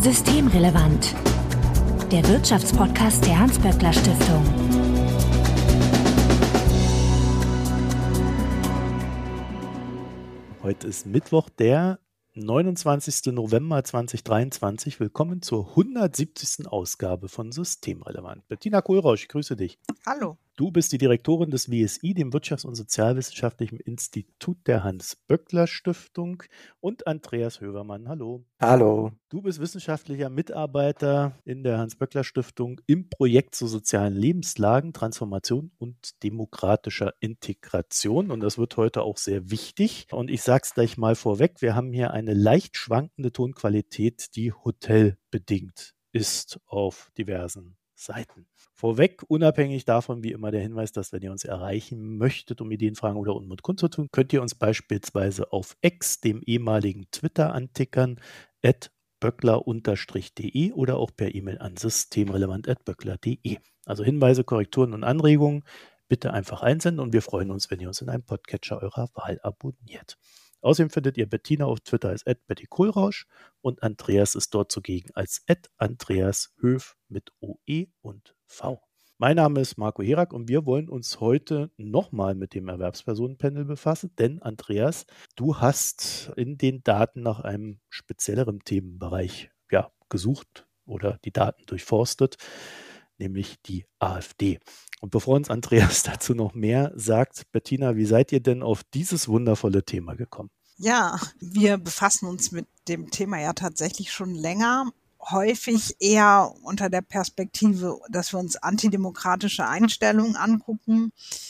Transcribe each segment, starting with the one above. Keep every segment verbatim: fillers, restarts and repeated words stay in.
Systemrelevant. Der Wirtschaftspodcast der Hans-Böckler-Stiftung. Heute ist Mittwoch, der neunundzwanzigsten November zweitausenddreiundzwanzig. Willkommen zur hundertsiebzigsten Ausgabe von Systemrelevant. Bettina Kohlrausch, ich grüße dich. Hallo. Du bist die Direktorin des W S I, dem Wirtschafts- und Sozialwissenschaftlichen Institut der Hans-Böckler-Stiftung, und Andreas Hövermann. Hallo. Hallo. Du bist wissenschaftlicher Mitarbeiter in der Hans-Böckler-Stiftung im Projekt zu sozialen Lebenslagen, Transformation und demokratischer Integration. Und das wird heute auch sehr wichtig. Und ich sage es gleich mal vorweg, wir haben hier eine leicht schwankende Tonqualität, die hotelbedingt ist auf diversen Seiten. Vorweg, unabhängig davon, wie immer der Hinweis, dass wenn ihr uns erreichen möchtet, um Ideen, Fragen oder Unmut kundzutun, könnt ihr uns beispielsweise auf X, dem ehemaligen Twitter, antickern, at böckler-de oder auch per E-Mail an systemrelevant at böckler punkt de. Also Hinweise, Korrekturen und Anregungen bitte einfach einsenden und wir freuen uns, wenn ihr uns in einem Podcatcher eurer Wahl abonniert. Außerdem findet ihr Bettina auf Twitter als at betty kohlrausch und Andreas ist dort zugegen als at andreas höf mit O E und V. Mein Name ist Marco Herak und wir wollen uns heute nochmal mit dem Erwerbspersonenpanel befassen, denn Andreas, du hast in den Daten nach einem spezielleren Themenbereich ja, gesucht oder die Daten durchforstet, nämlich die AfD. Und bevor uns Andreas dazu noch mehr sagt, Bettina, wie seid ihr denn auf dieses wundervolle Thema gekommen? Ja, wir befassen uns mit dem Thema ja tatsächlich schon länger, häufig eher unter der Perspektive, dass wir uns antidemokratische Einstellungen angucken.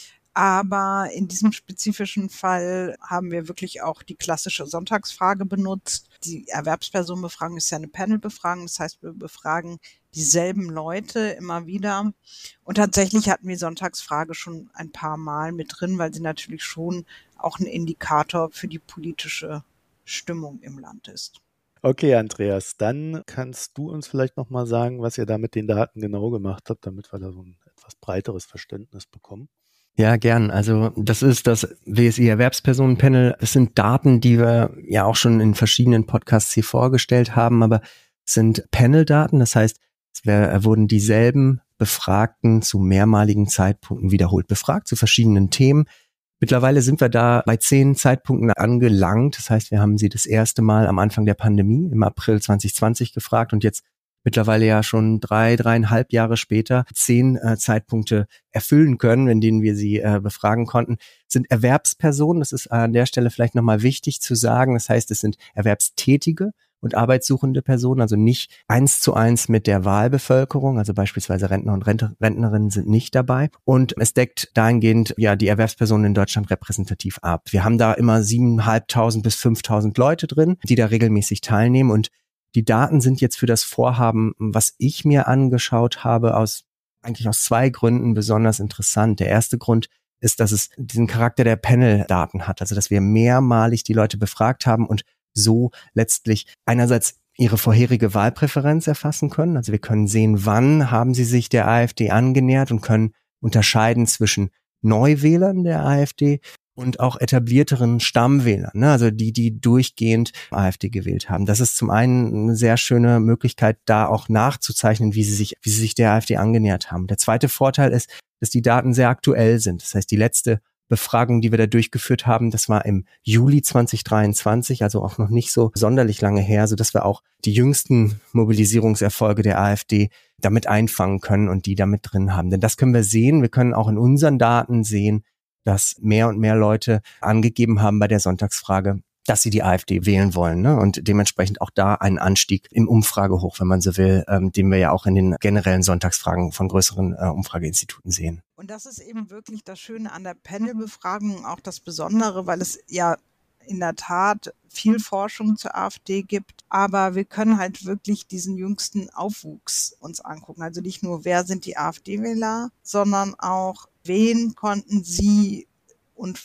Aber in diesem spezifischen Fall haben wir wirklich auch die klassische Sonntagsfrage benutzt. Die Erwerbspersonenbefragung ist ja eine Panelbefragung, das heißt, wir befragen dieselben Leute immer wieder. Und tatsächlich hatten wir Sonntagsfrage schon ein paar Mal mit drin, weil sie natürlich schon auch ein Indikator für die politische Stimmung im Land ist. Okay, Andreas, dann kannst du uns vielleicht nochmal sagen, was ihr da mit den Daten genau gemacht habt, damit wir da so ein etwas breiteres Verständnis bekommen. Ja, gern. Also das ist das W S I-Erwerbspersonenpanel. Es sind Daten, die wir ja auch schon in verschiedenen Podcasts hier vorgestellt haben, aber es sind Panel-Daten. Das heißt, es wär, wurden dieselben Befragten zu mehrmaligen Zeitpunkten wiederholt befragt, zu verschiedenen Themen. Mittlerweile sind wir da bei zehn Zeitpunkten angelangt. Das heißt, wir haben sie das erste Mal am Anfang der Pandemie im April zwanzig zwanzig gefragt und jetzt mittlerweile ja schon drei, dreieinhalb Jahre später zehn äh, Zeitpunkte erfüllen können, in denen wir sie äh, befragen konnten, sind Erwerbspersonen. Das ist an der Stelle vielleicht nochmal wichtig zu sagen. Das heißt, es sind erwerbstätige und arbeitssuchende Personen, also nicht eins zu eins mit der Wahlbevölkerung, also beispielsweise Rentner und Rente, Rentnerinnen sind nicht dabei. Und es deckt dahingehend ja die Erwerbspersonen in Deutschland repräsentativ ab. Wir haben da immer siebentausendfünfhundert bis fünftausend Leute drin, die da regelmäßig teilnehmen und die Daten sind jetzt für das Vorhaben, was ich mir angeschaut habe, aus eigentlich aus zwei Gründen besonders interessant. Der erste Grund ist, dass es diesen Charakter der Panel-Daten hat, also dass wir mehrmalig die Leute befragt haben und so letztlich einerseits ihre vorherige Wahlpräferenz erfassen können. Also wir können sehen, wann haben sie sich der AfD angenähert und können unterscheiden zwischen Neuwählern der AfD und auch etablierteren Stammwählern, ne? Also die, die durchgehend AfD gewählt haben. Das ist zum einen eine sehr schöne Möglichkeit, da auch nachzuzeichnen, wie sie sich, wie sie sich der AfD angenähert haben. Der zweite Vorteil ist, dass die Daten sehr aktuell sind. Das heißt, die letzte Befragung, die wir da durchgeführt haben, das war im Juli zwanzig dreiundzwanzig, also auch noch nicht so sonderlich lange her, sodass wir auch die jüngsten Mobilisierungserfolge der AfD damit einfangen können und die damit drin haben. Denn das können wir sehen. Wir können auch in unseren Daten sehen, dass mehr und mehr Leute angegeben haben bei der Sonntagsfrage, dass sie die AfD wählen wollen, ne? Und dementsprechend auch da einen Anstieg im Umfragehoch, wenn man so will, ähm, den wir ja auch in den generellen Sonntagsfragen von größeren äh, Umfrageinstituten sehen. Und das ist eben wirklich das Schöne an der Panelbefragung, auch das Besondere, weil es ja in der Tat viel Forschung zur AfD gibt, aber wir können halt wirklich diesen jüngsten Aufwuchs uns angucken. Also nicht nur, wer sind die AfD-Wähler, sondern auch, wen konnten sie und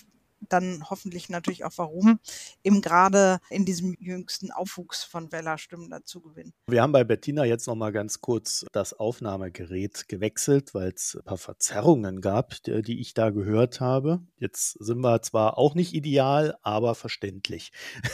dann hoffentlich natürlich auch warum, eben gerade in diesem jüngsten Aufwuchs von Wählerstimmen dazu gewinnen. Wir haben bei Bettina jetzt noch mal ganz kurz das Aufnahmegerät gewechselt, weil es ein paar Verzerrungen gab, die, die ich da gehört habe. Jetzt sind wir zwar auch nicht ideal, aber verständlich.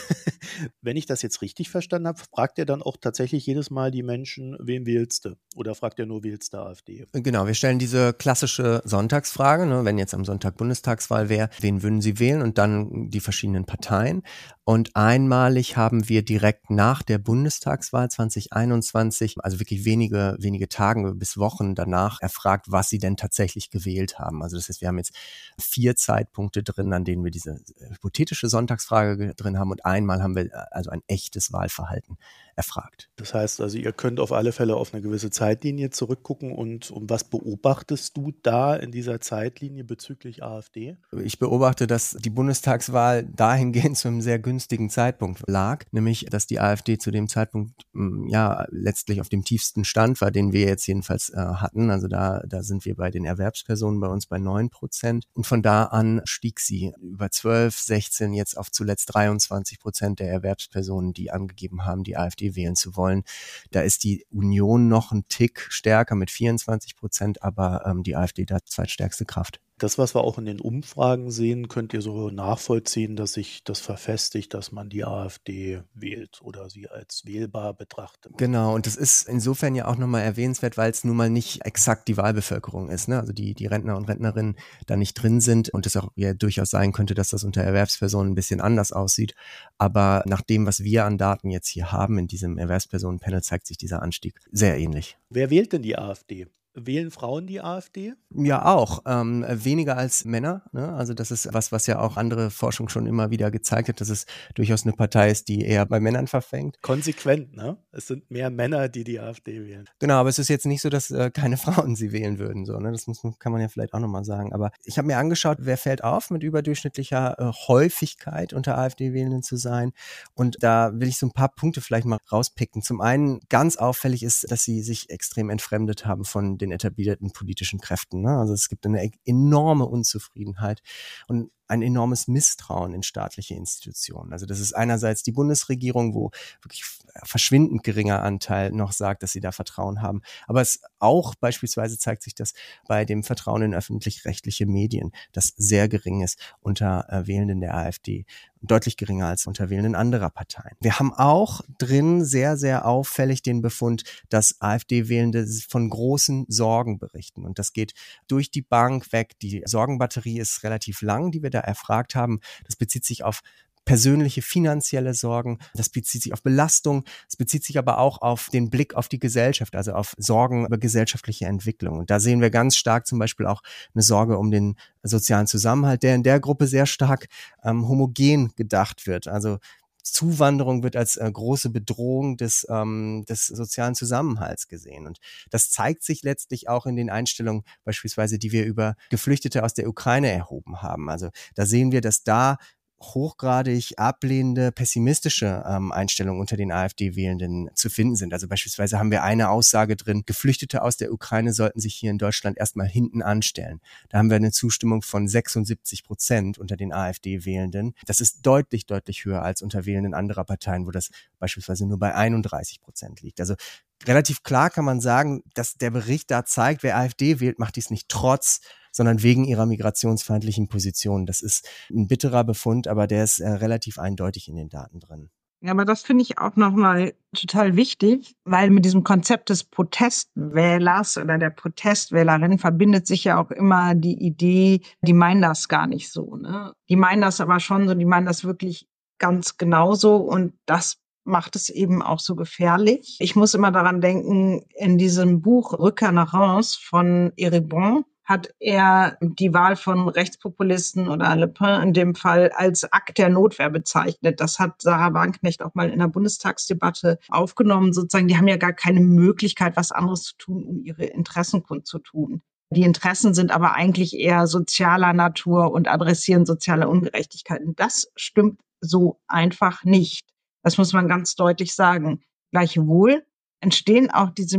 Wenn ich das jetzt richtig verstanden habe, fragt er dann auch tatsächlich jedes Mal die Menschen, wen wählst du? Oder fragt er nur, wählst du AfD? Genau, wir stellen diese klassische Sonntagsfrage, ne, wenn jetzt am Sonntag Bundestagswahl wäre, wen würden Sie wählen und dann die verschiedenen Parteien. Und einmalig haben wir direkt nach der Bundestagswahl zwanzig einundzwanzig, also wirklich wenige wenige Tage bis Wochen danach, erfragt, was sie denn tatsächlich gewählt haben. Also das heißt, wir haben jetzt vier Zeitpunkte drin, an denen wir diese hypothetische Sonntagsfrage drin haben und einmal haben wir also ein echtes Wahlverhalten erfragt. Das heißt also, ihr könnt auf alle Fälle auf eine gewisse Zeitlinie zurückgucken und, und was beobachtest du da in dieser Zeitlinie bezüglich AfD? Ich beobachte, dass die Bundestagswahl dahingehend zu einem sehr günstigen Zeitpunkt lag, nämlich, dass die AfD zu dem Zeitpunkt ja letztlich auf dem tiefsten Stand war, den wir jetzt jedenfalls äh, hatten. Also da, da sind wir bei den Erwerbspersonen bei uns bei neun Prozent und von da an stieg sie über zwölf, sechzehn, jetzt auf zuletzt dreiundzwanzig Prozent der Erwerbspersonen, die angegeben haben, die AfD wählen zu wollen. Da ist die Union noch ein Tick stärker mit vierundzwanzig Prozent, aber ähm, die AfD da zweitstärkste Kraft. Das, was wir auch in den Umfragen sehen, könnt ihr so nachvollziehen, dass sich das verfestigt, dass man die AfD wählt oder sie als wählbar betrachtet. Genau, und das ist insofern ja auch nochmal erwähnenswert, weil es nun mal nicht exakt die Wahlbevölkerung ist, ne? Also die, die Rentner und Rentnerinnen da nicht drin sind und es auch ja durchaus sein könnte, dass das unter Erwerbspersonen ein bisschen anders aussieht. Aber nach dem, was wir an Daten jetzt hier haben in diesem Erwerbspersonenpanel, zeigt sich dieser Anstieg sehr ähnlich. Wer wählt denn die AfD? Wählen Frauen die AfD? Ja, auch. Ähm, weniger als Männer. Ne? Also das ist was, was ja auch andere Forschung schon immer wieder gezeigt hat, dass es durchaus eine Partei ist, die eher bei Männern verfängt. Konsequent, ne? Es sind mehr Männer, die die AfD wählen. Genau, aber es ist jetzt nicht so, dass äh, keine Frauen sie wählen würden. So, ne? Das muss, kann man ja vielleicht auch nochmal sagen. Aber ich habe mir angeschaut, wer fällt auf, mit überdurchschnittlicher äh, Häufigkeit unter AfD-Wählenden zu sein. Und da will ich so ein paar Punkte vielleicht mal rauspicken. Zum einen ganz auffällig ist, dass sie sich extrem entfremdet haben von den etablierten politischen Kräften. Ne? Also es gibt eine enorme Unzufriedenheit und ein enormes Misstrauen in staatliche Institutionen. Also das ist einerseits die Bundesregierung, wo wirklich verschwindend geringer Anteil noch sagt, dass sie da Vertrauen haben. Aber es auch beispielsweise zeigt sich das bei dem Vertrauen in öffentlich-rechtliche Medien, das sehr gering ist unter äh, Wählenden der AfD. Deutlich geringer als unter Wählenden anderer Parteien. Wir haben auch drin sehr, sehr auffällig den Befund, dass AfD-Wählende von großen Sorgen berichten. Und das geht durch die Bank weg. Die Sorgenbatterie ist relativ lang, die wir da erfragt haben. Das bezieht sich auf persönliche finanzielle Sorgen, das bezieht sich auf Belastung, es bezieht sich aber auch auf den Blick auf die Gesellschaft, also auf Sorgen über gesellschaftliche Entwicklung. Und da sehen wir ganz stark zum Beispiel auch eine Sorge um den sozialen Zusammenhalt, der in der Gruppe sehr stark ähm, homogen gedacht wird. Also Zuwanderung wird als äh, große Bedrohung des, ähm, des sozialen Zusammenhalts gesehen. Und das zeigt sich letztlich auch in den Einstellungen beispielsweise, die wir über Geflüchtete aus der Ukraine erhoben haben. Also da sehen wir, dass da hochgradig ablehnende, pessimistische ähm, Einstellungen unter den AfD-Wählenden zu finden sind. Also beispielsweise haben wir eine Aussage drin, Geflüchtete aus der Ukraine sollten sich hier in Deutschland erstmal hinten anstellen. Da haben wir eine Zustimmung von sechsundsiebzig Prozent unter den AfD-Wählenden. Das ist deutlich, deutlich höher als unter Wählenden anderer Parteien, wo das beispielsweise nur bei einunddreißig Prozent liegt. Also relativ klar kann man sagen, dass der Bericht da zeigt, wer AfD wählt, macht dies nicht trotz, sondern wegen ihrer migrationsfeindlichen Position. Das ist ein bitterer Befund, aber der ist äh, relativ eindeutig in den Daten drin. Ja, aber das finde ich auch nochmal total wichtig, weil mit diesem Konzept des Protestwählers oder der Protestwählerin verbindet sich ja auch immer die Idee, die meinen das gar nicht so. Ne? Die meinen das aber schon so, die meinen das wirklich ganz genauso und das macht es eben auch so gefährlich. Ich muss immer daran denken, in diesem Buch Rückkehr nach Reims von Eribon hat er die Wahl von Rechtspopulisten oder Le Pen in dem Fall als Akt der Notwehr bezeichnet. Das hat Sarah Wagenknecht auch mal in der Bundestagsdebatte aufgenommen. Sozusagen, die haben ja gar keine Möglichkeit, was anderes zu tun, um ihre Interessen kundzutun. Die Interessen sind aber eigentlich eher sozialer Natur und adressieren soziale Ungerechtigkeiten. Das stimmt so einfach nicht. Das muss man ganz deutlich sagen. Gleichwohl entstehen auch diese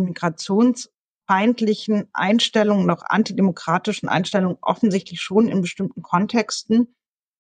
migrationsfeindlichen Einstellungen, noch antidemokratischen Einstellungen offensichtlich schon in bestimmten Kontexten,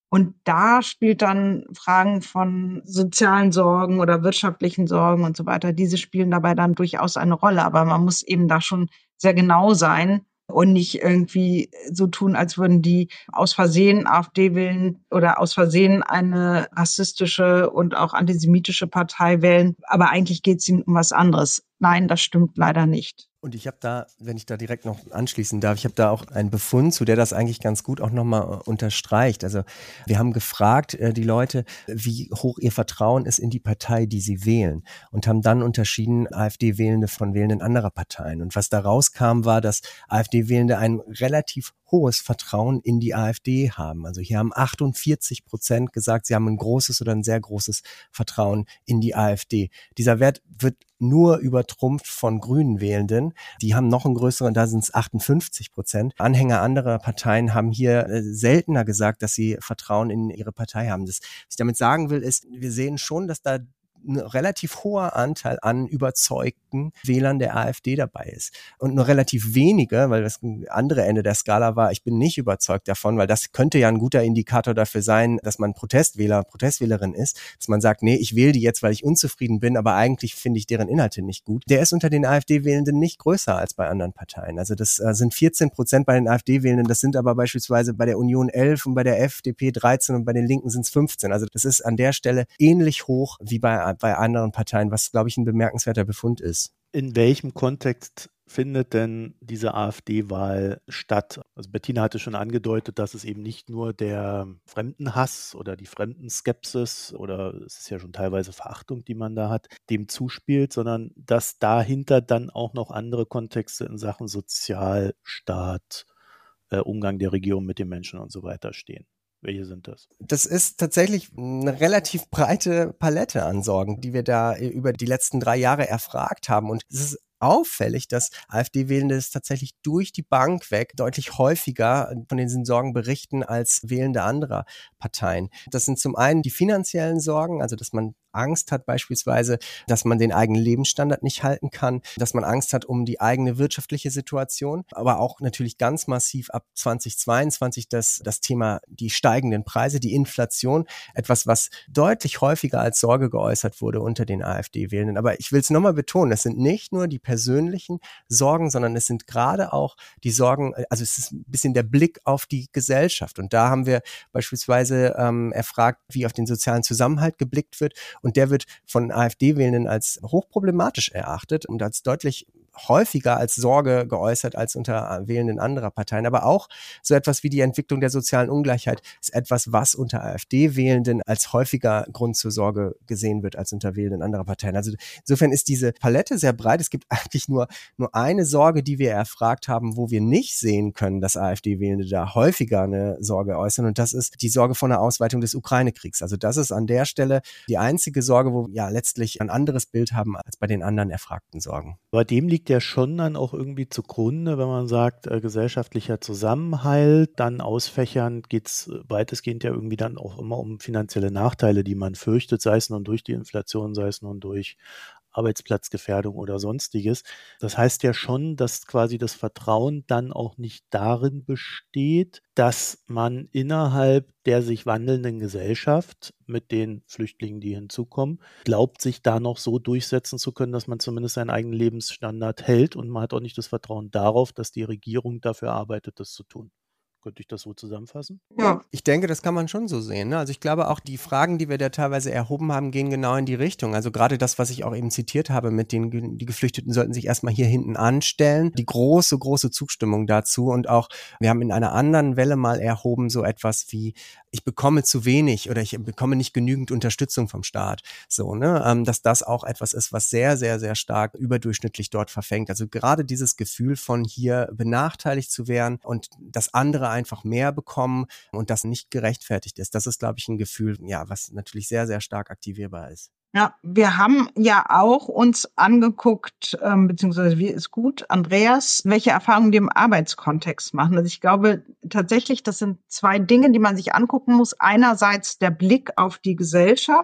Und da spielt dann Fragen von sozialen Sorgen oder wirtschaftlichen Sorgen und so weiter, diese spielen dabei dann durchaus eine Rolle. Aber man muss eben da schon sehr genau sein und nicht irgendwie so tun, als würden die aus Versehen AfD wählen oder aus Versehen eine rassistische und auch antisemitische Partei wählen. Aber eigentlich geht es ihnen um was anderes. Nein, das stimmt leider nicht. Und ich habe da, wenn ich da direkt noch anschließen darf, ich habe da auch einen Befund zu, der das eigentlich ganz gut auch nochmal unterstreicht. Also wir haben gefragt, äh, die Leute, wie hoch ihr Vertrauen ist in die Partei, die sie wählen, und haben dann unterschieden AfD-Wählende von Wählenden anderer Parteien. Und was da rauskam, war, dass AfD-Wählende ein relativ hohes Vertrauen in die AfD haben. Also hier haben achtundvierzig Prozent gesagt, sie haben ein großes oder ein sehr großes Vertrauen in die AfD. Dieser Wert wird nur übertrumpft von Grünen Wählenden. Die haben noch einen größeren, da sind es achtundfünfzig Prozent. Anhänger anderer Parteien haben hier äh, seltener gesagt, dass sie Vertrauen in ihre Partei haben. Das, was ich damit sagen will, ist, wir sehen schon, dass da ein relativ hoher Anteil an überzeugten Wählern der AfD dabei ist. Und nur relativ wenige, weil das andere Ende der Skala war, ich bin nicht überzeugt davon, weil das könnte ja ein guter Indikator dafür sein, dass man Protestwähler, Protestwählerin ist, dass man sagt, nee, ich wähle die jetzt, weil ich unzufrieden bin, aber eigentlich finde ich deren Inhalte nicht gut. Der ist unter den AfD-Wählenden nicht größer als bei anderen Parteien. Also das äh, sind vierzehn Prozent bei den AfD-Wählenden, das sind aber beispielsweise bei der Union elf und bei der F D P dreizehn und bei den Linken sind es fünfzehn. Also das ist an der Stelle ähnlich hoch wie bei bei anderen Parteien, was, glaube ich, ein bemerkenswerter Befund ist. In welchem Kontext findet denn diese AfD-Wahl statt? Also Bettina hatte schon angedeutet, dass es eben nicht nur der Fremdenhass oder die Fremdenskepsis oder es ist ja schon teilweise Verachtung, die man da hat, dem zuspielt, sondern dass dahinter dann auch noch andere Kontexte in Sachen Sozialstaat, äh, Umgang der Regierung mit den Menschen und so weiter stehen. Welche sind das? Das ist tatsächlich eine relativ breite Palette an Sorgen, die wir da über die letzten drei Jahre erfragt haben. Und es ist auffällig, dass AfD-Wählende es tatsächlich durch die Bank weg deutlich häufiger von diesen Sorgen berichten als Wählende anderer Parteien. Das sind zum einen die finanziellen Sorgen, also dass man Angst hat beispielsweise, dass man den eigenen Lebensstandard nicht halten kann, dass man Angst hat um die eigene wirtschaftliche Situation, aber auch natürlich ganz massiv ab zweitausendzweiundzwanzig das, das Thema die steigenden Preise, die Inflation, etwas, was deutlich häufiger als Sorge geäußert wurde unter den AfD-Wählenden. Aber ich will es nochmal betonen, es sind nicht nur die persönlichen Sorgen, sondern es sind gerade auch die Sorgen, also es ist ein bisschen der Blick auf die Gesellschaft. Und da haben wir beispielsweise ähm, erfragt, wie auf den sozialen Zusammenhalt geblickt wird. Und der wird von AfD-Wählenden als hochproblematisch erachtet und als deutlich häufiger als Sorge geäußert als unter Wählenden anderer Parteien. Aber auch so etwas wie die Entwicklung der sozialen Ungleichheit ist etwas, was unter AfD-Wählenden als häufiger Grund zur Sorge gesehen wird als unter Wählenden anderer Parteien. Also insofern ist diese Palette sehr breit. Es gibt eigentlich nur, nur eine Sorge, die wir erfragt haben, wo wir nicht sehen können, dass AfD-Wählende da häufiger eine Sorge äußern. Und das ist die Sorge vor einer Ausweitung des Ukraine-Kriegs. Also das ist an der Stelle die einzige Sorge, wo wir ja letztlich ein anderes Bild haben als bei den anderen erfragten Sorgen. Bei dem liegt ja schon dann auch irgendwie zugrunde, wenn man sagt, äh, gesellschaftlicher Zusammenhalt, dann ausfächernd geht es weitestgehend ja irgendwie dann auch immer um finanzielle Nachteile, die man fürchtet, sei es nun durch die Inflation, sei es nun durch Arbeitsplatzgefährdung oder sonstiges. Das heißt ja schon, dass quasi das Vertrauen dann auch nicht darin besteht, dass man innerhalb der sich wandelnden Gesellschaft mit den Flüchtlingen, die hinzukommen, glaubt, sich da noch so durchsetzen zu können, dass man zumindest seinen eigenen Lebensstandard hält, und man hat auch nicht das Vertrauen darauf, dass die Regierung dafür arbeitet, das zu tun. Könnte ich das so zusammenfassen? Ja, ich denke, das kann man schon so sehen. Ne? Also ich glaube auch, die Fragen, die wir da teilweise erhoben haben, gehen genau in die Richtung. Also gerade das, was ich auch eben zitiert habe, mit den die Geflüchteten sollten sich erstmal hier hinten anstellen. Die große, große Zustimmung dazu. Und auch, wir haben in einer anderen Welle mal erhoben, so etwas wie, ich bekomme zu wenig oder ich bekomme nicht genügend Unterstützung vom Staat. So, ne? Ähm, dass das auch etwas ist, was sehr, sehr, sehr stark überdurchschnittlich dort verfängt. Also gerade dieses Gefühl von hier benachteiligt zu werden und das andere einfach mehr bekommen und das nicht gerechtfertigt ist. Das ist, glaube ich, ein Gefühl, ja, was natürlich sehr, sehr stark aktivierbar ist. Ja, wir haben ja auch uns angeguckt, ähm, beziehungsweise wie ist gut, Andreas, welche Erfahrungen die im Arbeitskontext machen. Also ich glaube tatsächlich, das sind zwei Dinge, die man sich angucken muss. Einerseits der Blick auf die Gesellschaft.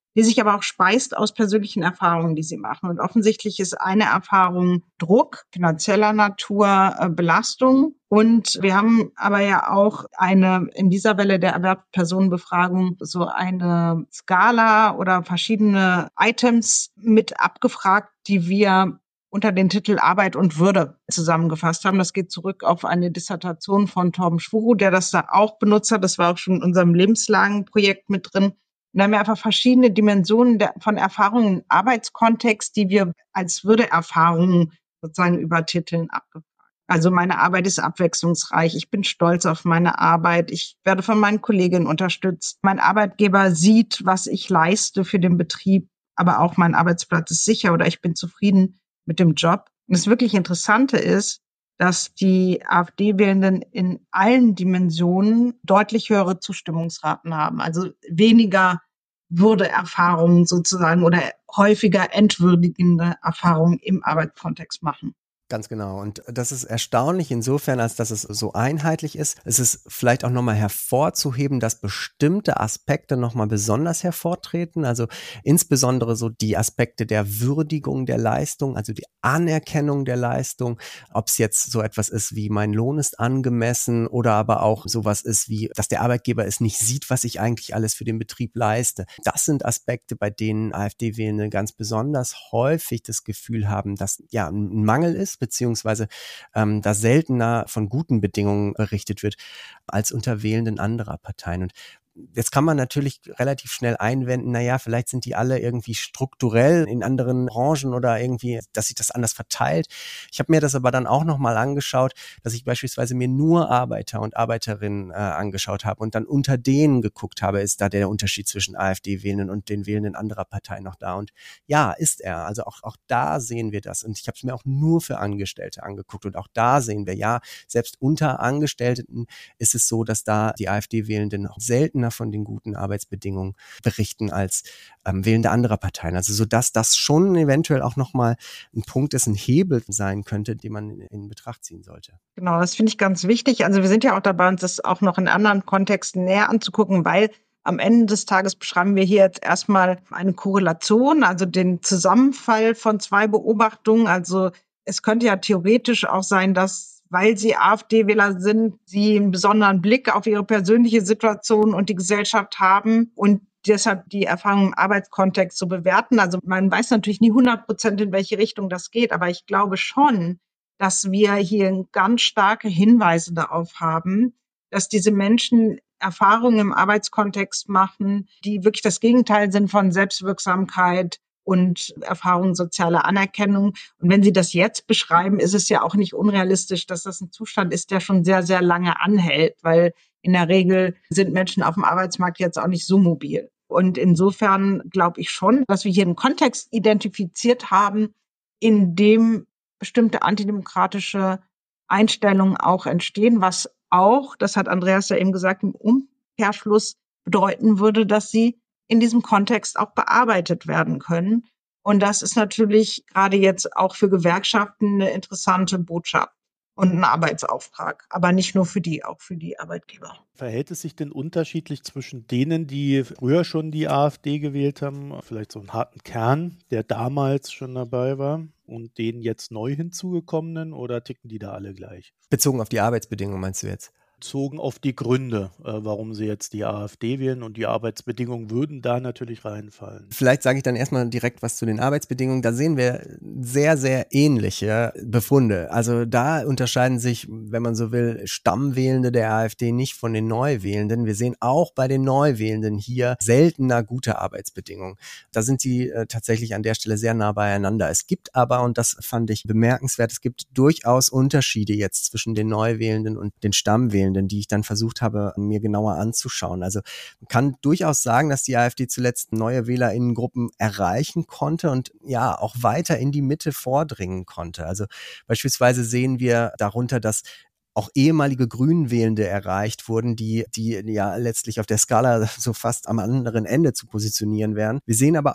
die sich aber auch speist aus persönlichen Erfahrungen, die sie machen. Und offensichtlich ist eine Erfahrung Druck, finanzieller Natur, äh, Belastung. Und wir haben aber ja auch eine, in dieser Welle der Erwerbspersonenbefragung so eine Skala oder verschiedene Items mit abgefragt, die wir unter den Titel Arbeit und Würde zusammengefasst haben. Das geht zurück auf eine Dissertation von Torben Schwuru, der das da auch benutzt hat. Das war auch schon in unserem Lebenslagenprojekt mit drin. Und da haben wir einfach verschiedene Dimensionen der, von Erfahrungen im Arbeitskontext, die wir als Würdeerfahrungen sozusagen übertiteln, abgefragt. Also meine Arbeit ist abwechslungsreich. Ich bin stolz auf meine Arbeit. Ich werde von meinen Kolleginnen unterstützt. Mein Arbeitgeber sieht, was ich leiste für den Betrieb, aber auch mein Arbeitsplatz ist sicher oder ich bin zufrieden mit dem Job. Und das wirklich Interessante ist, dass die AfD-Wählenden in allen Dimensionen deutlich höhere Zustimmungsraten haben. Also weniger Würdeerfahrungen sozusagen oder häufiger entwürdigende Erfahrungen im Arbeitskontext machen. Ganz genau. Und das ist erstaunlich insofern, als dass es so einheitlich ist. Es ist vielleicht auch nochmal hervorzuheben, dass bestimmte Aspekte nochmal besonders hervortreten. Also insbesondere so die Aspekte der Würdigung der Leistung, also die Anerkennung der Leistung. Ob es jetzt so etwas ist wie mein Lohn ist angemessen oder aber auch sowas ist wie, dass der Arbeitgeber es nicht sieht, was ich eigentlich alles für den Betrieb leiste. Das sind Aspekte, bei denen AfD-Wählende ganz besonders häufig das Gefühl haben, dass ja ein Mangel ist, beziehungsweise ähm, da seltener von guten Bedingungen berichtet wird als unter Wählenden anderer Parteien. Und jetzt kann man natürlich relativ schnell einwenden, naja, vielleicht sind die alle irgendwie strukturell in anderen Branchen oder irgendwie, dass sich das anders verteilt. Ich habe mir das aber dann auch nochmal angeschaut, dass ich beispielsweise mir nur Arbeiter und Arbeiterinnen äh, angeschaut habe und dann unter denen geguckt habe, ist da der Unterschied zwischen AfD-Wählenden und den Wählenden anderer Parteien noch da? Und ja, ist er. Also auch, auch da sehen wir das. Und ich habe es mir auch nur für Angestellte angeguckt. Und auch da sehen wir, ja, selbst unter Angestellten ist es so, dass da die AfD-Wählenden seltener von den guten Arbeitsbedingungen berichten als ähm, Wählende anderer Parteien. Also so dass das schon eventuell auch nochmal ein Punkt ist, ein Hebel sein könnte, den man in, in Betracht ziehen sollte. Genau, das finde ich ganz wichtig. Also wir sind ja auch dabei, uns das auch noch in anderen Kontexten näher anzugucken, weil am Ende des Tages beschreiben wir hier jetzt erstmal eine Korrelation, also den Zusammenfall von zwei Beobachtungen. Also es könnte ja theoretisch auch sein, dass weil sie AfD-Wähler sind, sie einen besonderen Blick auf ihre persönliche Situation und die Gesellschaft haben und deshalb die Erfahrung im Arbeitskontext so bewerten. Also man weiß natürlich nie hundert Prozent, in welche Richtung das geht, aber ich glaube schon, dass wir hier ganz starke Hinweise darauf haben, dass diese Menschen Erfahrungen im Arbeitskontext machen, die wirklich das Gegenteil sind von Selbstwirksamkeit und Erfahrungen sozialer Anerkennung. Und wenn Sie das jetzt beschreiben, ist es ja auch nicht unrealistisch, dass das ein Zustand ist, der schon sehr, sehr lange anhält, weil in der Regel sind Menschen auf dem Arbeitsmarkt jetzt auch nicht so mobil. Und insofern glaube ich schon, dass wir hier einen Kontext identifiziert haben, in dem bestimmte antidemokratische Einstellungen auch entstehen, was auch, das hat Andreas ja eben gesagt, im Umkehrschluss bedeuten würde, dass sie in diesem Kontext auch bearbeitet werden können. Und das ist natürlich gerade jetzt auch für Gewerkschaften eine interessante Botschaft und ein Arbeitsauftrag. Aber nicht nur für die, auch für die Arbeitgeber. Verhält es sich denn unterschiedlich zwischen denen, die früher schon die AfD gewählt haben, vielleicht so einen harten Kern, der damals schon dabei war, und den jetzt neu hinzugekommenen, oder ticken die da alle gleich? Bezogen auf die Arbeitsbedingungen meinst du jetzt? Bezogen auf die Gründe, äh, warum sie jetzt die AfD wählen, und die Arbeitsbedingungen würden da natürlich reinfallen. Vielleicht sage ich dann erstmal direkt was zu den Arbeitsbedingungen. Da sehen wir sehr, sehr ähnliche Befunde. Also da unterscheiden sich, wenn man so will, Stammwählende der AfD nicht von den Neuwählenden. Wir sehen auch bei den Neuwählenden hier seltener gute Arbeitsbedingungen. Da sind sie äh, tatsächlich an der Stelle sehr nah beieinander. Es gibt aber, und das fand ich bemerkenswert, es gibt durchaus Unterschiede jetzt zwischen den Neuwählenden und den Stammwählenden, die ich dann versucht habe, mir genauer anzuschauen. Also man kann durchaus sagen, dass die AfD zuletzt neue WählerInnengruppen erreichen konnte und ja auch weiter in die Mitte vordringen konnte. Also beispielsweise sehen wir darunter, dass auch ehemalige Grünwählende erreicht wurden, die die ja letztlich auf der Skala so fast am anderen Ende zu positionieren wären. Wir sehen aber auch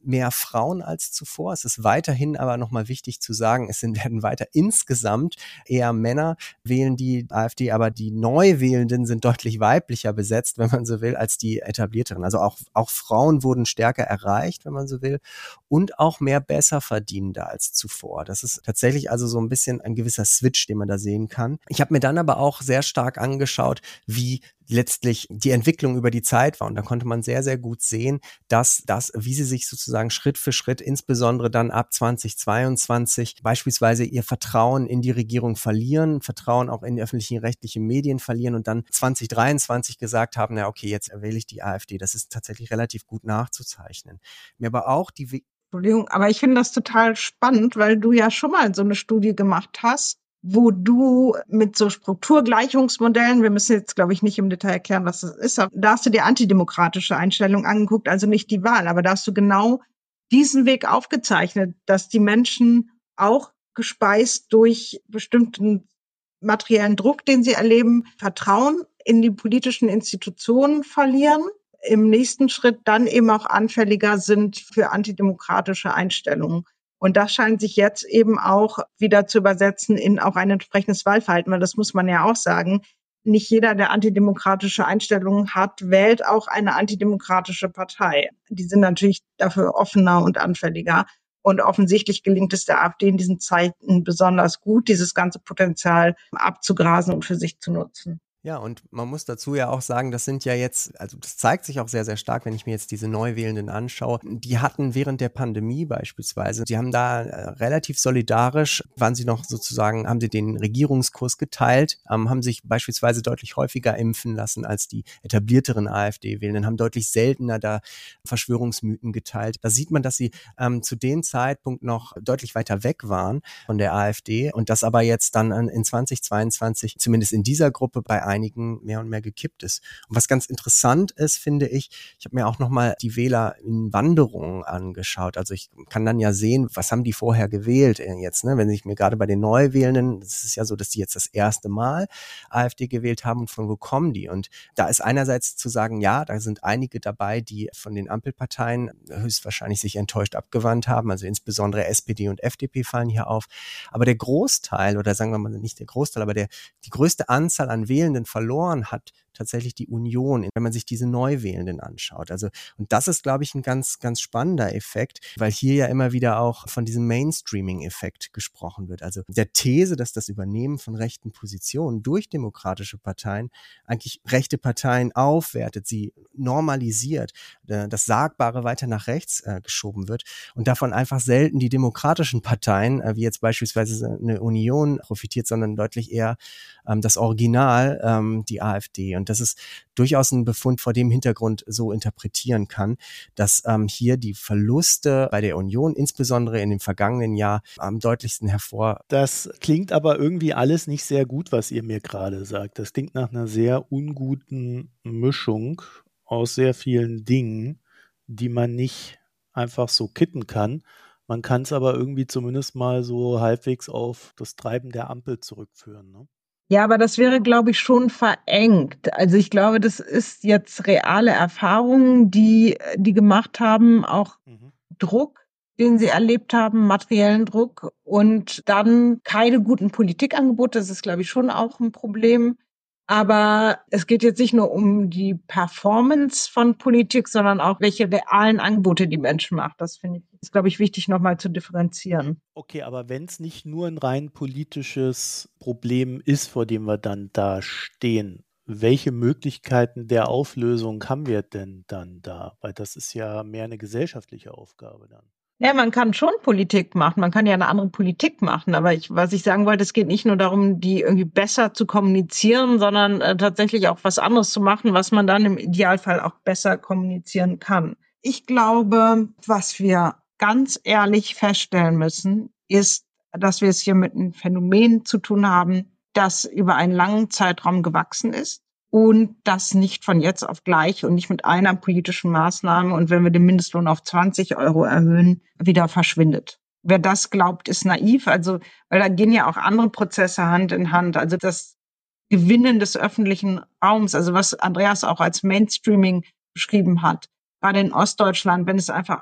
mehr Frauen als zuvor. Es ist weiterhin aber nochmal wichtig zu sagen, es sind, werden weiter insgesamt eher Männer wählen die AfD, aber die Neuwählenden sind deutlich weiblicher besetzt, wenn man so will, als die etablierteren. Also auch, auch Frauen wurden stärker erreicht, wenn man so will, und auch mehr Besserverdienende als zuvor. Das ist tatsächlich also so ein bisschen ein gewisser Switch, den man da sehen kann. Ich habe mir dann aber auch sehr stark angeschaut, wie letztlich die Entwicklung über die Zeit war. Und da konnte man sehr, sehr gut sehen, dass das, wie sie sich sozusagen Schritt für Schritt, insbesondere dann ab zwanzig zweiundzwanzig, beispielsweise ihr Vertrauen in die Regierung verlieren, Vertrauen auch in die öffentlichen rechtlichen Medien verlieren und dann zwanzig dreiundzwanzig gesagt haben, na okay, jetzt wähle ich die AfD. Das ist tatsächlich relativ gut nachzuzeichnen. Mir aber auch die... Entschuldigung, aber ich finde das total spannend, weil du ja schon mal so eine Studie gemacht hast, wo du mit so Strukturgleichungsmodellen, wir müssen jetzt, glaube ich, nicht im Detail erklären, was das ist, aber da hast du dir antidemokratische Einstellungen angeguckt, also nicht die Wahl, aber da hast du genau diesen Weg aufgezeichnet, dass die Menschen auch gespeist durch bestimmten materiellen Druck, den sie erleben, Vertrauen in die politischen Institutionen verlieren, im nächsten Schritt dann eben auch anfälliger sind für antidemokratische Einstellungen. Und das scheint sich jetzt eben auch wieder zu übersetzen in auch ein entsprechendes Wahlverhalten, weil das muss man ja auch sagen. Nicht jeder, der antidemokratische Einstellungen hat, wählt auch eine antidemokratische Partei. Die sind natürlich dafür offener und anfälliger. Und offensichtlich gelingt es der AfD in diesen Zeiten besonders gut, dieses ganze Potenzial abzugrasen und für sich zu nutzen. Ja, und man muss dazu ja auch sagen, das sind ja jetzt, also das zeigt sich auch sehr, sehr stark, wenn ich mir jetzt diese Neuwählenden anschaue. Die hatten während der Pandemie beispielsweise, die haben da äh, relativ solidarisch, waren sie noch sozusagen, haben sie den Regierungskurs geteilt, ähm, haben sich beispielsweise deutlich häufiger impfen lassen als die etablierteren AfD-Wählenden, haben deutlich seltener da Verschwörungsmythen geteilt. Da sieht man, dass sie ähm, zu dem Zeitpunkt noch deutlich weiter weg waren von der AfD und das aber jetzt dann in zwanzig zweiundzwanzig, zumindest in dieser Gruppe, bei einigen mehr und mehr gekippt ist. Und was ganz interessant ist, finde ich, ich habe mir auch nochmal die Wähler in Wanderungen angeschaut. Also ich kann dann ja sehen, was haben die vorher gewählt jetzt, ne? Wenn ich mir gerade bei den Neuwählenden, das ist ja so, dass die jetzt das erste Mal AfD gewählt haben und von wo kommen die? Und da ist einerseits zu sagen, ja, da sind einige dabei, die von den Ampelparteien höchstwahrscheinlich sich enttäuscht abgewandt haben, also insbesondere S P D und F D P fallen hier auf. Aber der Großteil, oder sagen wir mal nicht der Großteil, aber der die größte Anzahl an Wählenden verloren hat tatsächlich die Union, wenn man sich diese Neuwählenden anschaut. Also, und das ist, glaube ich, ein ganz, ganz spannender Effekt, weil hier ja immer wieder auch von diesem Mainstreaming-Effekt gesprochen wird. Also der These, dass das Übernehmen von rechten Positionen durch demokratische Parteien eigentlich rechte Parteien aufwertet, sie normalisiert, das Sagbare weiter nach rechts äh, geschoben wird und davon einfach selten die demokratischen Parteien, äh, wie jetzt beispielsweise eine Union profitiert, sondern deutlich eher ähm, das Original, ähm, die AfD. Und das ist durchaus ein Befund, vor dem Hintergrund so interpretieren kann, dass ähm, hier die Verluste bei der Union, insbesondere in dem vergangenen Jahr, am deutlichsten hervor. Das klingt aber irgendwie alles nicht sehr gut, was ihr mir gerade sagt. Das klingt nach einer sehr unguten Mischung aus sehr vielen Dingen, die man nicht einfach so kitten kann. Man kann es aber irgendwie zumindest mal so halbwegs auf das Treiben der Ampel zurückführen, ne? Ja, aber das wäre, glaube ich, schon verengt. Also ich glaube, das ist jetzt reale Erfahrungen, die die gemacht haben, auch mhm. Druck, den sie erlebt haben, materiellen Druck und dann keine guten Politikangebote. Das ist, glaube ich, schon auch ein Problem. Aber es geht jetzt nicht nur um die Performance von Politik, sondern auch, welche realen Angebote die Menschen macht. Das finde ich, ist, glaube ich, wichtig, nochmal zu differenzieren. Okay, aber wenn es nicht nur ein rein politisches Problem ist, vor dem wir dann da stehen, welche Möglichkeiten der Auflösung haben wir denn dann da? Weil das ist ja mehr eine gesellschaftliche Aufgabe dann. Ja, man kann schon Politik machen, man kann ja eine andere Politik machen, aber ich, was ich sagen wollte, es geht nicht nur darum, die irgendwie besser zu kommunizieren, sondern äh, tatsächlich auch was anderes zu machen, was man dann im Idealfall auch besser kommunizieren kann. Ich glaube, was wir ganz ehrlich feststellen müssen, ist, dass wir es hier mit einem Phänomen zu tun haben, das über einen langen Zeitraum gewachsen ist. Und das nicht von jetzt auf gleich und nicht mit einer politischen Maßnahme und wenn wir den Mindestlohn auf zwanzig Euro erhöhen, wieder verschwindet. Wer das glaubt, ist naiv. Also, weil da gehen ja auch andere Prozesse Hand in Hand. Also das Gewinnen des öffentlichen Raums, also was Andreas auch als Mainstreaming beschrieben hat, gerade in Ostdeutschland, wenn es einfach auch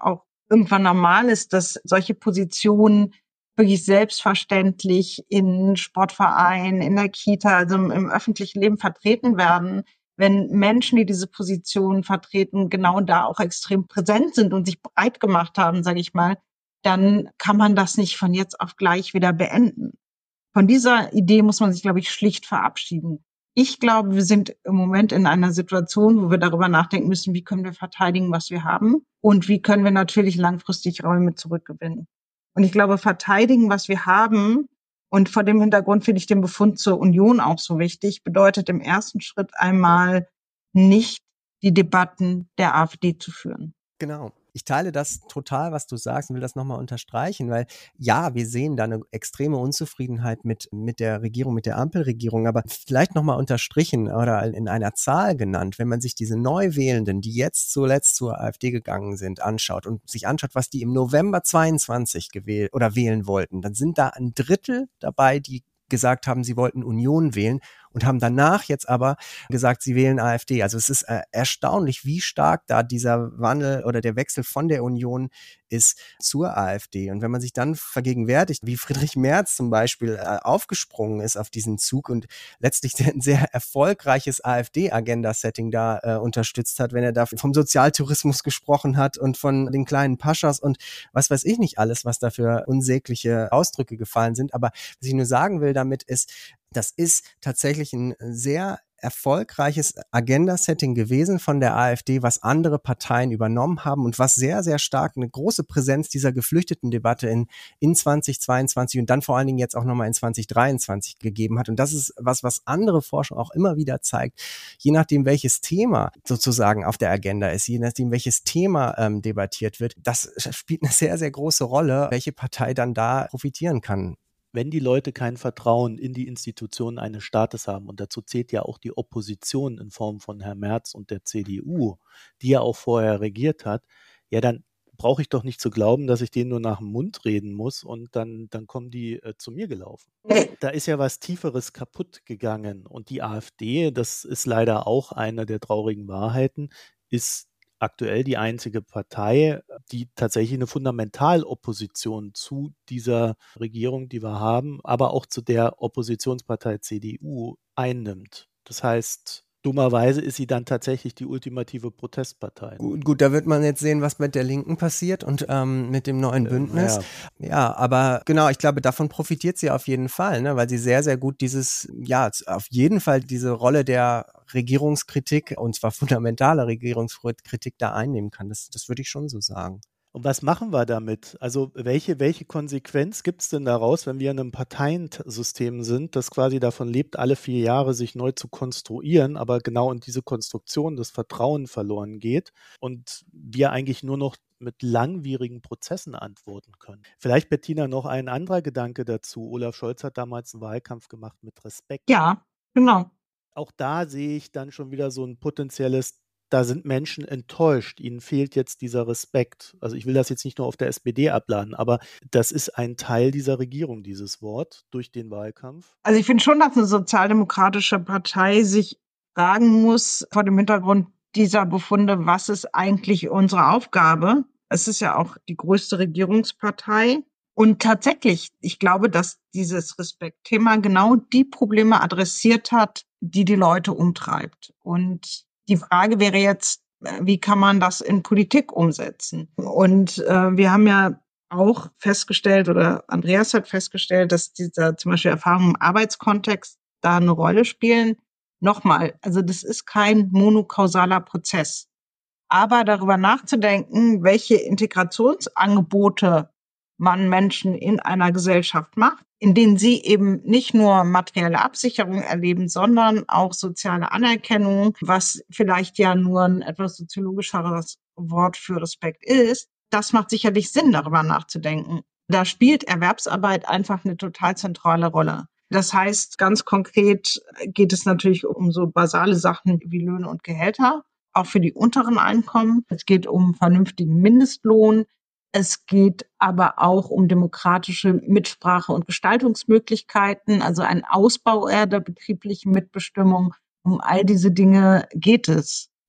irgendwann normal ist, dass solche Positionen wirklich selbstverständlich in Sportvereinen, in der Kita, also im, im öffentlichen Leben vertreten werden, wenn Menschen, die diese Positionen vertreten, genau da auch extrem präsent sind und sich breit gemacht haben, sage ich mal, dann kann man das nicht von jetzt auf gleich wieder beenden. Von dieser Idee muss man sich, glaube ich, schlicht verabschieden. Ich glaube, wir sind im Moment in einer Situation, wo wir darüber nachdenken müssen, wie können wir verteidigen, was wir haben und wie können wir natürlich langfristig Räume zurückgewinnen. Und ich glaube, verteidigen, was wir haben, und vor dem Hintergrund finde ich den Befund zur Union auch so wichtig, bedeutet im ersten Schritt einmal nicht die Debatten der AfD zu führen. Genau. Ich teile das total, was du sagst, und will das nochmal unterstreichen, weil ja, wir sehen da eine extreme Unzufriedenheit mit, mit der Regierung, mit der Ampelregierung, aber vielleicht nochmal unterstrichen oder in einer Zahl genannt, wenn man sich diese Neuwählenden, die jetzt zuletzt zur AfD gegangen sind, anschaut und sich anschaut, was die im November zweiundzwanzig gewählt oder wählen wollten, dann sind da ein Drittel dabei, die gesagt haben, sie wollten Union wählen und haben danach jetzt aber gesagt, sie wählen AfD. Also es ist äh, erstaunlich, wie stark da dieser Wandel oder der Wechsel von der Union ist zur AfD. Und wenn man sich dann vergegenwärtigt, wie Friedrich Merz zum Beispiel äh, aufgesprungen ist auf diesen Zug und letztlich ein sehr erfolgreiches AfD-Agenda-Setting da äh, unterstützt hat, wenn er da vom Sozialtourismus gesprochen hat und von den kleinen Paschas und was weiß ich nicht alles, was da für unsägliche Ausdrücke gefallen sind. Aber was ich nur sagen will damit ist, das ist tatsächlich ein sehr erfolgreiches Agenda-Setting gewesen von der AfD, was andere Parteien übernommen haben und was sehr, sehr stark eine große Präsenz dieser Geflüchteten-Debatte in, in zweitausendzweiundzwanzig und dann vor allen Dingen jetzt auch nochmal in zweitausenddreiundzwanzig gegeben hat. Und das ist was, was andere Forschung auch immer wieder zeigt. Je nachdem, welches Thema sozusagen auf der Agenda ist, je nachdem, welches Thema ähm, debattiert wird, das spielt eine sehr, sehr große Rolle, welche Partei dann da profitieren kann. Wenn die Leute kein Vertrauen in die Institutionen eines Staates haben, und dazu zählt ja auch die Opposition in Form von Herrn Merz und der C D U, die ja auch vorher regiert hat, ja, dann brauche ich doch nicht zu glauben, dass ich denen nur nach dem Mund reden muss und dann, dann kommen die äh, zu mir gelaufen. Da ist ja was Tieferes kaputt gegangen und die AfD, das ist leider auch eine der traurigen Wahrheiten, ist aktuell die einzige Partei, die tatsächlich eine Fundamentalopposition zu dieser Regierung, die wir haben, aber auch zu der Oppositionspartei C D U einnimmt. Das heißt, dummerweise ist sie dann tatsächlich die ultimative Protestpartei. Gut, gut, da wird man jetzt sehen, was mit der Linken passiert und ähm, mit dem neuen Bündnis. Ja. ja, aber genau, ich glaube, davon profitiert sie auf jeden Fall, ne, weil sie sehr, sehr gut dieses, ja, auf jeden Fall diese Rolle der Regierungskritik, und zwar fundamentale Regierungskritik, da einnehmen kann. Das, das würde ich schon so sagen. Und was machen wir damit? Also welche, welche Konsequenz gibt es denn daraus, wenn wir in einem Parteiensystem sind, das quasi davon lebt, alle vier Jahre sich neu zu konstruieren, aber genau in diese Konstruktion das Vertrauen verloren geht und wir eigentlich nur noch mit langwierigen Prozessen antworten können. Vielleicht, Bettina, noch ein anderer Gedanke dazu. Olaf Scholz hat damals einen Wahlkampf gemacht mit Respekt. Ja, genau. Auch da sehe ich dann schon wieder so ein potenzielles, da sind Menschen enttäuscht, ihnen fehlt jetzt dieser Respekt. Also ich will das jetzt nicht nur auf der S P D abladen, aber das ist ein Teil dieser Regierung, dieses Wort, durch den Wahlkampf. Also ich finde schon, dass eine sozialdemokratische Partei sich fragen muss, vor dem Hintergrund dieser Befunde, was ist eigentlich unsere Aufgabe? Es ist ja auch die größte Regierungspartei. Und tatsächlich, ich glaube, dass dieses Respektthema genau die Probleme adressiert hat, die die Leute umtreibt. Und die Frage wäre jetzt, wie kann man das in Politik umsetzen? Und äh, wir haben ja auch festgestellt, oder Andreas hat festgestellt, dass dieser zum Beispiel Erfahrungen im Arbeitskontext da eine Rolle spielen. Nochmal, also das ist kein monokausaler Prozess. Aber darüber nachzudenken, welche Integrationsangebote man Menschen in einer Gesellschaft macht, in denen sie eben nicht nur materielle Absicherung erleben, sondern auch soziale Anerkennung, was vielleicht ja nur ein etwas soziologischeres Wort für Respekt ist. Das macht sicherlich Sinn, darüber nachzudenken. Da spielt Erwerbsarbeit einfach eine total zentrale Rolle. Das heißt, ganz konkret geht es natürlich um so basale Sachen wie Löhne und Gehälter, auch für die unteren Einkommen. Es geht um vernünftigen Mindestlohn. Es geht aber auch um demokratische Mitsprache und Gestaltungsmöglichkeiten, also ein Ausbau der betrieblichen Mitbestimmung. Um all diese Dinge geht es.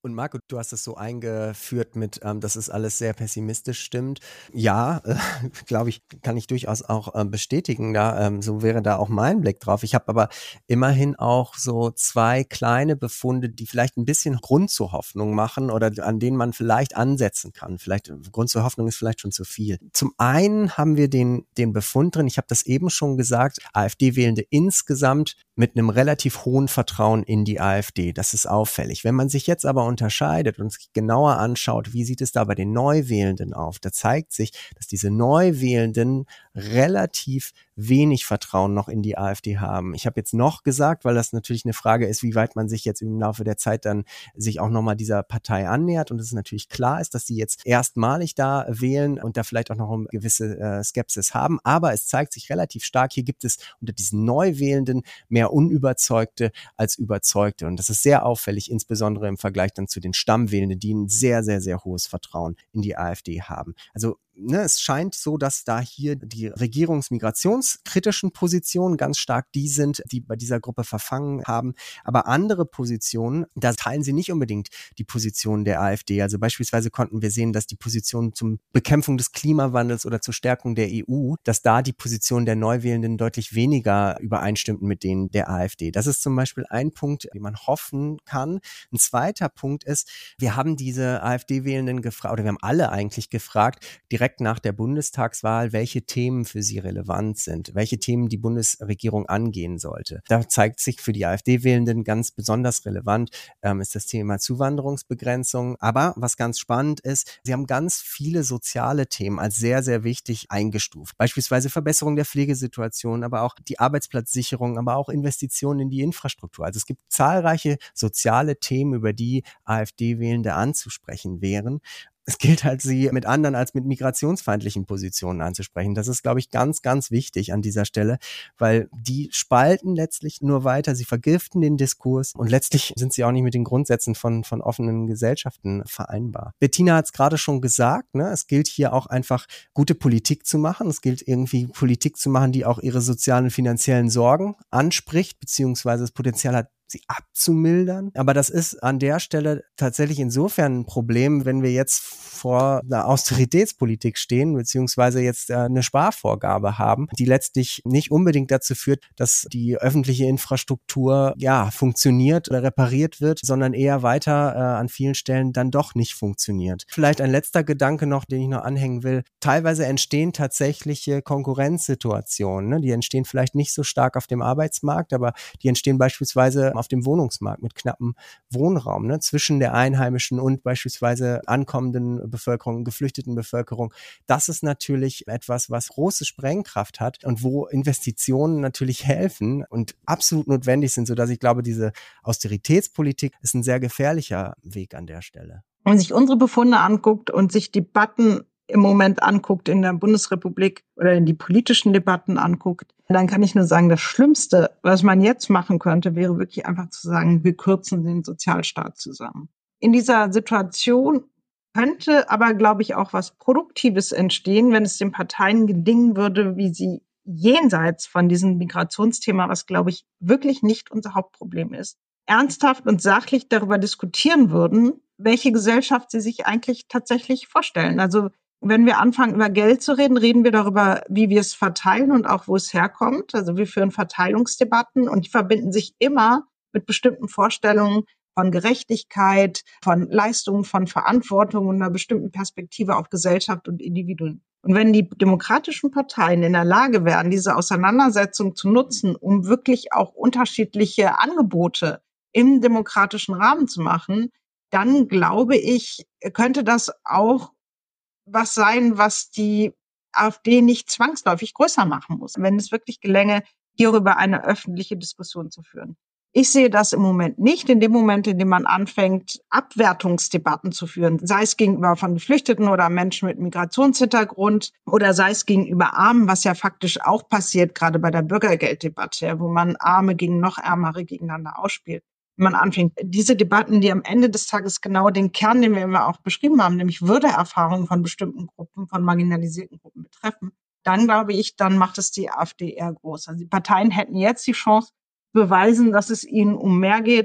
Und Marco, du hast es so eingeführt mit, ähm, dass es alles sehr pessimistisch stimmt. Ja, äh, glaube ich, kann ich durchaus auch äh, bestätigen. Da, ähm, so wäre da auch mein Blick drauf. Ich habe aber immerhin auch so zwei kleine Befunde, die vielleicht ein bisschen Grund zur Hoffnung machen oder an denen man vielleicht ansetzen kann. Vielleicht Grund zur Hoffnung ist vielleicht schon zu viel. Zum einen haben wir den, den Befund drin, ich habe das eben schon gesagt, AfD-Wählende insgesamt mit einem relativ hohen Vertrauen in die AfD. Das ist auffällig. Wenn man sich jetzt aber unterscheidet und sich genauer anschaut, wie sieht es da bei den Neuwählenden auf, da zeigt sich, dass diese Neuwählenden relativ wenig Vertrauen noch in die AfD haben. Ich habe jetzt noch gesagt, weil das natürlich eine Frage ist, wie weit man sich jetzt im Laufe der Zeit dann sich auch nochmal dieser Partei annähert und es natürlich klar ist, dass sie jetzt erstmalig da wählen und da vielleicht auch noch eine gewisse äh, Skepsis haben, aber es zeigt sich relativ stark, hier gibt es unter diesen Neuwählenden mehr Unüberzeugte als Überzeugte und das ist sehr auffällig, insbesondere im Vergleich dann zu den Stammwählenden, die ein sehr, sehr, sehr hohes Vertrauen in die AfD haben. Also Ne, es scheint so, dass da hier die regierungsmigrationskritischen Positionen ganz stark die sind, die bei dieser Gruppe verfangen haben. Aber andere Positionen, da teilen sie nicht unbedingt die Position der AfD. Also beispielsweise konnten wir sehen, dass die Position zum Bekämpfung des Klimawandels oder zur Stärkung der E U, dass da die Position der Neuwählenden deutlich weniger übereinstimmten mit denen der AfD. Das ist zum Beispiel ein Punkt, den man hoffen kann. Ein zweiter Punkt ist, wir haben diese AfD-Wählenden gefragt, oder wir haben alle eigentlich gefragt, direkt nach der Bundestagswahl, welche Themen für sie relevant sind, welche Themen die Bundesregierung angehen sollte. Da zeigt sich für die AfD-Wählenden ganz besonders relevant, ähm, ist das Thema Zuwanderungsbegrenzung. Aber was ganz spannend ist, sie haben ganz viele soziale Themen als sehr, sehr wichtig eingestuft. Beispielsweise Verbesserung der Pflegesituation, aber auch die Arbeitsplatzsicherung, aber auch Investitionen in die Infrastruktur. Also es gibt zahlreiche soziale Themen, über die AfD-Wählende anzusprechen wären. Es gilt halt, sie mit anderen als mit migrationsfeindlichen Positionen anzusprechen. Das ist, glaube ich, ganz, ganz wichtig an dieser Stelle, weil die spalten letztlich nur weiter, sie vergiften den Diskurs und letztlich sind sie auch nicht mit den Grundsätzen von, von offenen Gesellschaften vereinbar. Bettina hat es gerade schon gesagt, ne? Es gilt hier auch einfach, gute Politik zu machen. Es gilt irgendwie Politik zu machen, die auch ihre sozialen und finanziellen Sorgen anspricht, beziehungsweise das Potenzial hat, sie abzumildern. Aber das ist an der Stelle tatsächlich insofern ein Problem, wenn wir jetzt vor einer Austeritätspolitik stehen, beziehungsweise jetzt äh, eine Sparvorgabe haben, die letztlich nicht unbedingt dazu führt, dass die öffentliche Infrastruktur ja funktioniert oder repariert wird, sondern eher weiter äh, an vielen Stellen dann doch nicht funktioniert. Vielleicht ein letzter Gedanke noch, den ich noch anhängen will. Teilweise entstehen tatsächliche Konkurrenzsituationen. Ne? Die entstehen vielleicht nicht so stark auf dem Arbeitsmarkt, aber die entstehen beispielsweise auf dem Wohnungsmarkt mit knappem Wohnraum, ne, zwischen der einheimischen und beispielsweise ankommenden Bevölkerung, geflüchteten Bevölkerung. Das ist natürlich etwas, was große Sprengkraft hat und wo Investitionen natürlich helfen und absolut notwendig sind, sodass ich glaube, diese Austeritätspolitik ist ein sehr gefährlicher Weg an der Stelle. Wenn man sich unsere Befunde anguckt und sich Debatten im Moment anguckt in der Bundesrepublik oder in die politischen Debatten anguckt, dann kann ich nur sagen, das Schlimmste, was man jetzt machen könnte, wäre wirklich einfach zu sagen, wir kürzen den Sozialstaat zusammen. In dieser Situation könnte aber, glaube ich, auch was Produktives entstehen, wenn es den Parteien gelingen würde, wie sie jenseits von diesem Migrationsthema, was, glaube ich, wirklich nicht unser Hauptproblem ist, ernsthaft und sachlich darüber diskutieren würden, welche Gesellschaft sie sich eigentlich tatsächlich vorstellen. Also wenn wir anfangen, über Geld zu reden, reden wir darüber, wie wir es verteilen und auch, wo es herkommt. Also wir führen Verteilungsdebatten und die verbinden sich immer mit bestimmten Vorstellungen von Gerechtigkeit, von Leistungen, von Verantwortung und einer bestimmten Perspektive auf Gesellschaft und Individuen. Und wenn die demokratischen Parteien in der Lage wären, diese Auseinandersetzung zu nutzen, um wirklich auch unterschiedliche Angebote im demokratischen Rahmen zu machen, dann glaube ich, könnte das auch was sein, was die AfD nicht zwangsläufig größer machen muss, wenn es wirklich gelänge, hierüber eine öffentliche Diskussion zu führen. Ich sehe das im Moment nicht. In dem Moment, in dem man anfängt, Abwertungsdebatten zu führen, sei es gegenüber von Geflüchteten oder Menschen mit Migrationshintergrund oder sei es gegenüber Armen, was ja faktisch auch passiert, gerade bei der Bürgergelddebatte, wo man Arme gegen noch Ärmere gegeneinander ausspielt. Wenn man anfängt, diese Debatten, die am Ende des Tages genau den Kern, den wir immer auch beschrieben haben, nämlich Würdeerfahrungen von bestimmten Gruppen, von marginalisierten Gruppen betreffen, dann glaube ich, dann macht es die AfD eher groß. Also die Parteien hätten jetzt die Chance, zu beweisen, dass es ihnen um mehr geht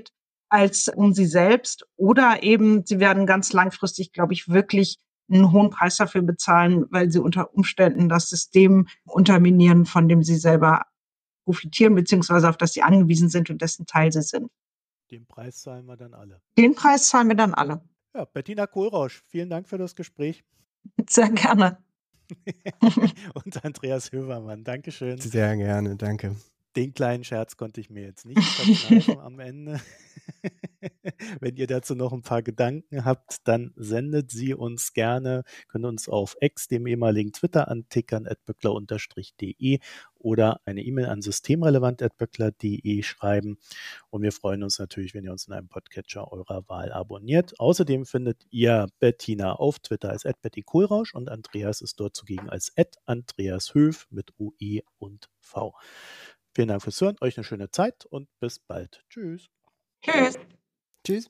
als um sie selbst. Oder eben, sie werden ganz langfristig, glaube ich, wirklich einen hohen Preis dafür bezahlen, weil sie unter Umständen das System unterminieren, von dem sie selber profitieren, beziehungsweise auf das sie angewiesen sind und dessen Teil sie sind. Den Preis zahlen wir dann alle. Den Preis zahlen wir dann alle. Ja, Bettina Kohlrausch, vielen Dank für das Gespräch. Sehr gerne. Und Andreas Hövermann, Dankeschön. Sehr gerne, danke. Den kleinen Scherz konnte ich mir jetzt nicht verkneifen am Ende. Wenn ihr dazu noch ein paar Gedanken habt, dann sendet sie uns gerne, könnt uns auf X, dem ehemaligen Twitter, antickern, at böckler unterstrich de oder eine E-Mail an systemrelevant at böckler punkt de schreiben. Und wir freuen uns natürlich, wenn ihr uns in einem Podcatcher eurer Wahl abonniert. Außerdem findet ihr Bettina auf Twitter als at Betty Kohlrausch und Andreas ist dort zugegen als at Andreas Höf mit O E und V. Vielen Dank fürs Hören, euch eine schöne Zeit und bis bald. Tschüss. Tschüss. Tschüss.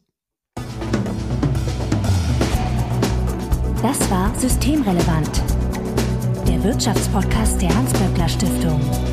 Das war Systemrelevant, der Wirtschaftspodcast der Hans-Böckler Stiftung.